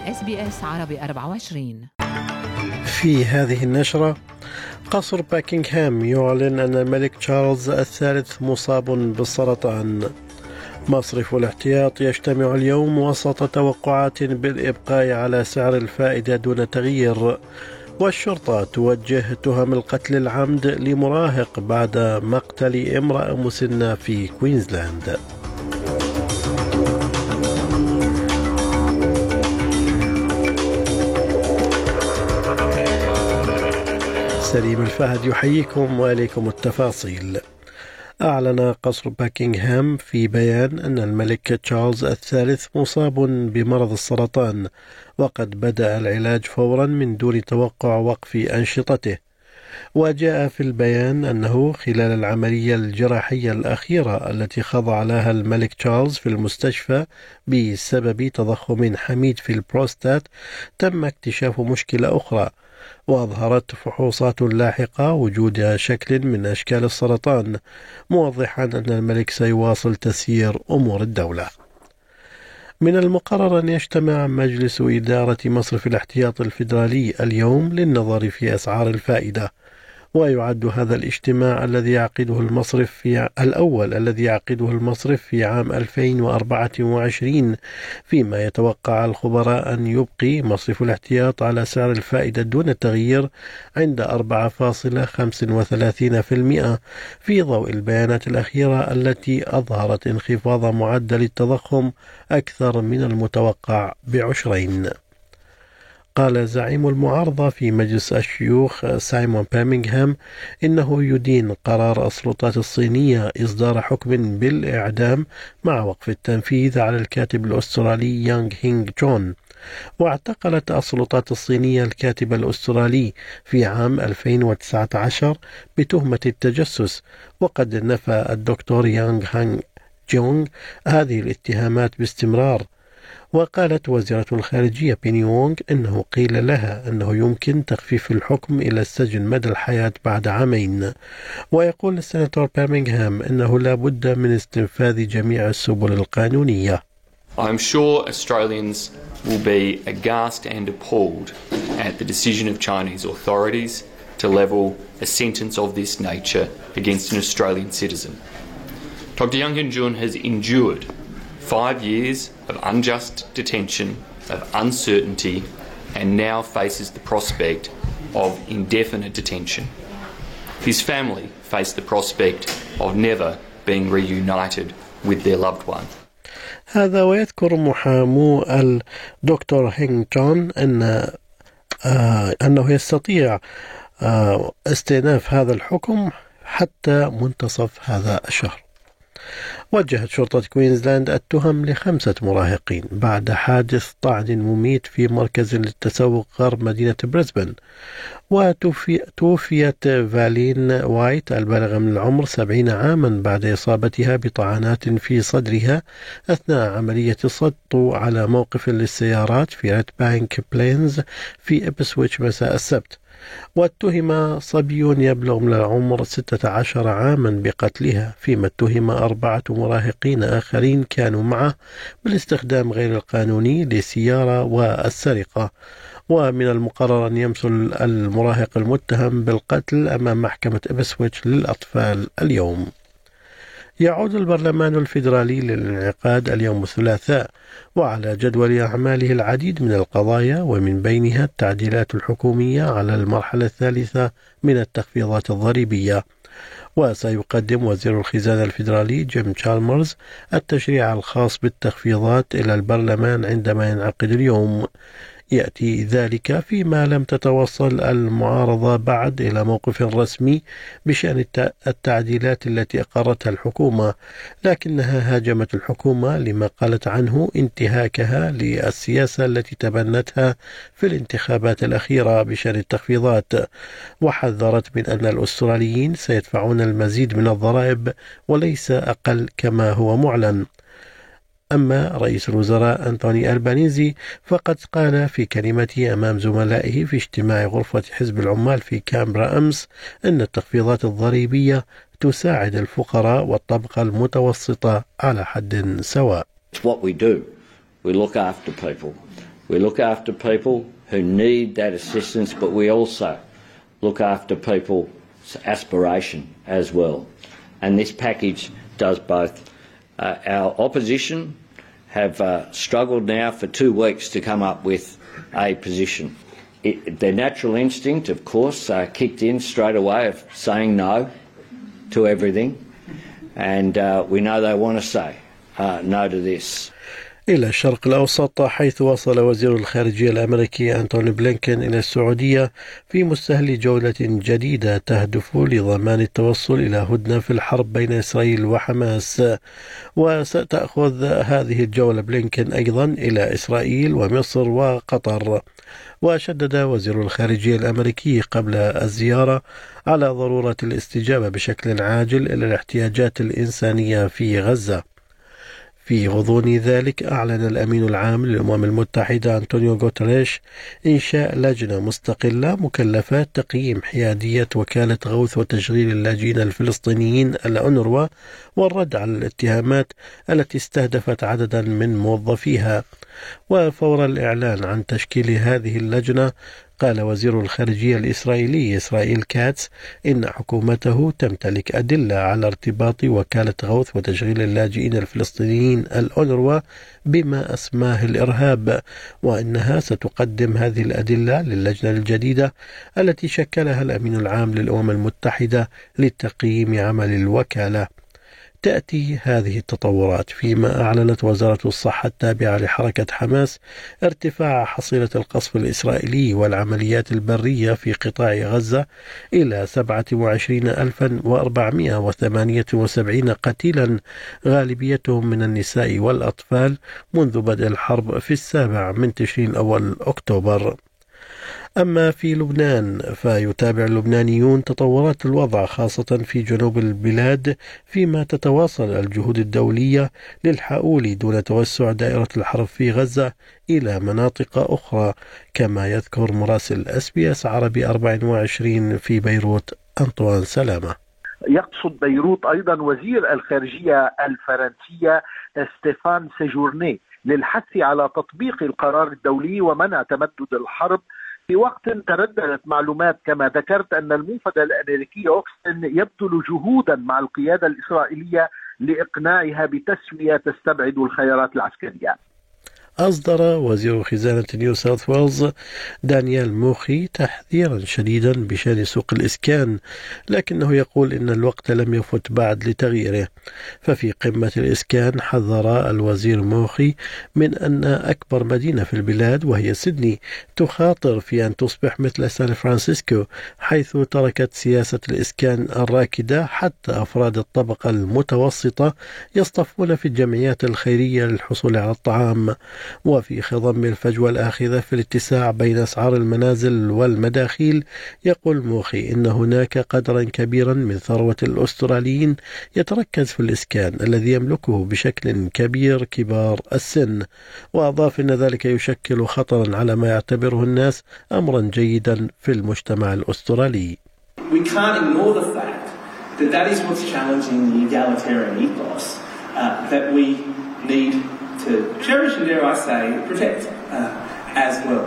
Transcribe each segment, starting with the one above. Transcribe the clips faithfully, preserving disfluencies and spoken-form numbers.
إس بي إس عربي أربعة وعشرين. في هذه النشرة: قصر باكنغهام يعلن أن الملك تشارلز الثالث مصاب بالسرطان. مصرف الاحتياط يجتمع اليوم وسط توقعات بالإبقاء على سعر الفائدة دون تغيير. والشرطة توجه تهم القتل العمد لمراهق بعد مقتل امرأة مسنة في كوينزلاند. سليم الفهد يحييكم وإليكم التفاصيل. أعلن قصر باكنغهام في بيان أن الملك تشارلز الثالث مصاب بمرض السرطان، وقد بدأ العلاج فورا من دون توقع وقف أنشطته. وجاء في البيان أنه خلال العملية الجراحية الأخيرة التي خضع لها الملك تشارلز في المستشفى بسبب تضخم حميد في البروستات تم اكتشاف مشكلة أخرى، وأظهرت فحوصات لاحقة وجود شكل من أشكال السرطان، موضحا أن الملك سيواصل تسيير أمور الدولة. من المقرر أن يجتمع مجلس إدارة مصرف الاحتياط الفيدرالي اليوم للنظر في أسعار الفائدة، ويعد هذا الاجتماع الذي يعقده المصرف في الأول الذي يعقده المصرف في عام ألفين وأربعة وعشرين، فيما يتوقع الخبراء أن يبقي مصرف الاحتياط على سعر الفائدة دون تغيير عند أربعة فاصلة خمسة وثلاثين بالمئة في ضوء البيانات الأخيرة التي أظهرت انخفاض معدل التضخم أكثر من المتوقع بعشرين. قال زعيم المعارضة في مجلس الشيوخ سايمون بيرمينغهام إنه يدين قرار السلطات الصينية إصدار حكم بالإعدام مع وقف التنفيذ على الكاتب الأسترالي يانغ هينغ جون. واعتقلت السلطات الصينية الكاتب الأسترالي في عام ألفين وتسعة عشر بتهمة التجسس، وقد نفى الدكتور يانغ هينغ جون هذه الاتهامات باستمرار. وقالت وزيرة الخارجية بيني وونغ إنه قيل لها أنه يمكن تخفيف الحكم إلى السجن مدى الحياة بعد عامين. ويقول السناتور بيرمينغهام إنه لا بد من استنفاذ جميع السبل القانونية. I'm sure Australians will be aghast and appalled at the decision of Chinese authorities to level a sentence of this nature against an Australian citizen. Doctor Yang Hin-jun has endured five years of unjust detention, of uncertainty, and now faces the prospect of indefinite detention. His family face the prospect of never being reunited with their loved one. هذا ويذكر محامو الدكتور هينغ جون أن آه أنه يستطيع آه استئناف هذا الحكم حتى منتصف هذا الشهر. وجهت شرطة كوينزلاند التهم لخمسة مراهقين بعد حادث طعن مميت في مركز للتسوق غرب مدينة بريسبن. وتوفيت فالين وايت البالغة من العمر سبعين عاما بعد إصابتها بطعنات في صدرها أثناء عملية السطو على موقف للسيارات في ريد بانك بلينز في إبسويتش مساء السبت. واتهم صبي يبلغ من العمر ستة عشر عاما بقتلها، فيما اتهم أربعة مراهقين آخرين كانوا معه بالاستخدام غير القانوني للسيارة والسرقة. ومن المقرر أن يمثل المراهق المتهم بالقتل أمام محكمة إبسويتش للأطفال اليوم. يعود البرلمان الفيدرالي للانعقاد اليوم الثلاثاء، وعلى جدول أعماله العديد من القضايا، ومن بينها التعديلات الحكومية على المرحلة الثالثة من التخفيضات الضريبية. وسيقدم وزير الخزانة الفيدرالي جيم تشالمرز التشريع الخاص بالتخفيضات إلى البرلمان عندما ينعقد اليوم. يأتي ذلك فيما لم تتوصل المعارضة بعد إلى موقف رسمي بشأن التعديلات التي أقرتها الحكومة، لكنها هاجمت الحكومة لما قالت عنه انتهاكها للسياسة التي تبنتها في الانتخابات الأخيرة بشأن التخفيضات، وحذرت من أن الأستراليين سيدفعون المزيد من الضرائب وليس أقل كما هو معلن. أما رئيس الوزراء أنتوني ألبانيزي فقد قال في كلمته أمام زملائه في اجتماع غرفة حزب العمال في كامبرا أمس أن التخفيضات الضريبية تساعد الفقراء والطبقة المتوسطة على حد سواء. It's what we do. We look after people. We look after people who need that assistance, but we also look after people's aspiration as well. And this package does both. Uh, our opposition have uh, struggled now for two weeks to come up with a position. It, their natural instinct, of course, uh, kicked in straight away of saying no to everything. And uh, we know they want to say uh, no to this. إلى الشرق الأوسط، حيث وصل وزير الخارجية الأمريكي أنتوني بلينكين إلى السعودية في مستهل جولة جديدة تهدف لضمان التوصل إلى هدنة في الحرب بين إسرائيل وحماس. وستأخذ هذه الجولة بلينكين أيضا إلى إسرائيل ومصر وقطر. وشدد وزير الخارجية الأمريكي قبل الزيارة على ضرورة الاستجابة بشكل عاجل إلى الاحتياجات الإنسانية في غزة. في غضون ذلك، أعلن الأمين العام للأمم المتحدة أنطونيو غوتريش إنشاء لجنة مستقلة مكلفة تقييم حيادية وكالة غوث وتشغيل اللاجئين الفلسطينيين الأونروا والرد على الاتهامات التي استهدفت عددا من موظفيها. وفور الإعلان عن تشكيل هذه اللجنة، قال وزير الخارجية الإسرائيلي إسرائيل كاتس إن حكومته تمتلك أدلة على ارتباط وكالة غوث وتشغيل اللاجئين الفلسطينيين الأونروا بما أسماه الإرهاب، وإنها ستقدم هذه الأدلة للجنة الجديدة التي شكلها الأمين العام للأمم المتحدة لتقييم عمل الوكالة. تأتي هذه التطورات فيما أعلنت وزارة الصحة التابعة لحركة حماس ارتفاع حصيلة القصف الإسرائيلي والعمليات البرية في قطاع غزة إلى سبعة وعشرين ألفا وأربعمائة وثمانية وسبعين قتيلا، غالبيتهم من النساء والأطفال، منذ بدء الحرب في السابع من تشرين الأول أكتوبر. أما في لبنان، فيتابع اللبنانيون تطورات الوضع خاصة في جنوب البلاد، فيما تتواصل الجهود الدولية للحؤول دون توسع دائرة الحرب في غزة إلى مناطق أخرى، كما يذكر مراسل اس بي اس عربي أربعة وعشرين في بيروت أنطوان سلامة. يقصد بيروت أيضا وزير الخارجية الفرنسية ستيفان سيجورني للحث على تطبيق القرار الدولي ومنع تمدد الحرب، في وقت ترددت معلومات كما ذكرت أن المنفذ الأمريكي أوكستن يبذل جهودا مع القيادة الإسرائيلية لإقناعها بتسوية تستبعد الخيارات العسكرية. أصدر وزير خزانة نيو ساوث ويلز دانيال موخي تحذيرا شديدا بشأن سوق الإسكان، لكنه يقول إن الوقت لم يفت بعد لتغييره. ففي قمة الإسكان حذر الوزير موخي من أن أكبر مدينة في البلاد وهي سيدني تخاطر في أن تصبح مثل سان فرانسيسكو، حيث تركت سياسة الإسكان الراكدة حتى أفراد الطبقة المتوسطة يصطفون في الجمعيات الخيرية للحصول على الطعام. وفي خضم الفجوة الآخذة في الاتساع بين أسعار المنازل والمداخيل، يقول موخي إن هناك قدرا كبيرا من ثروة الأستراليين يتركز في الإسكان الذي يملكه بشكل كبير كبار السن. وأضاف إن ذلك يشكل خطرا على ما يعتبره الناس أمرا جيدا في المجتمع الأسترالي. We can't ignore the fact that that is what's challenging the egalitarian ethos uh, that we need to cherish and, dare I say, protect uh, as well.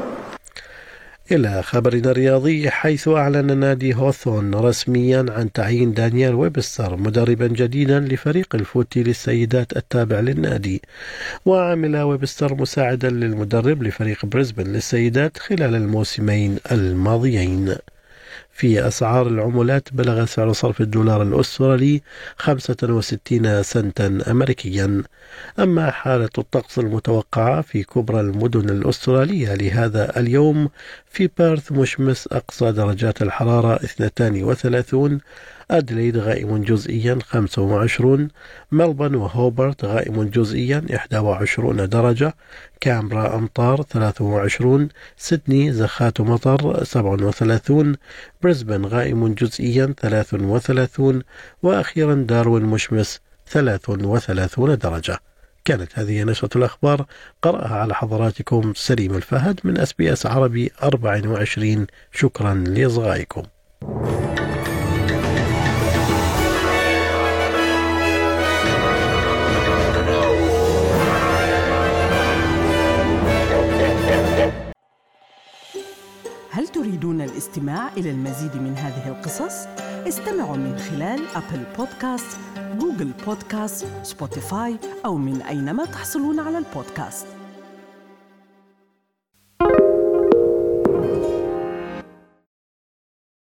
إلى خبرنا الرياضي، حيث أعلن نادي هوثون رسميا عن تعيين دانيال ويبستر مدربا جديدا لفريق الفوتي للسيدات التابع للنادي. وعمل ويبستر مساعدا للمدرب لفريق بريسبن للسيدات خلال الموسمين الماضيين. في أسعار العملات، بلغ سعر صرف الدولار الأسترالي خمسة وستين سنتا أمريكيا. أما حالة الطقس المتوقعة في كبرى المدن الأسترالية لهذا اليوم، في بيرث مشمس أقصى درجات الحرارة اثنتان وثلاثون، أدليد غائم جزئيا خمسة وعشرون، ملبون وهوبرت غائم جزئيا إحدى وعشرون درجة، كامبرا أمطار ثلاثة وعشرون، سيدني زخات مطر سبعة وثلاثون، بريسبن غائم جزئيا ثلاثة وثلاثون، وأخيرا داروين مشمس ثلاثة وثلاثون درجة. كانت هذه نشرة الأخبار، قرأها على حضراتكم سليم الفهد من اس بي اس عربي أربعة وعشرين. شكرا لإصغائكم. Yeah. هل تريدون الاستماع إلى المزيد من هذه القصص؟ استمعوا من خلال أبل بودكاست، جوجل بودكاست، سبوتيفاي أو من أينما تحصلون على البودكاست.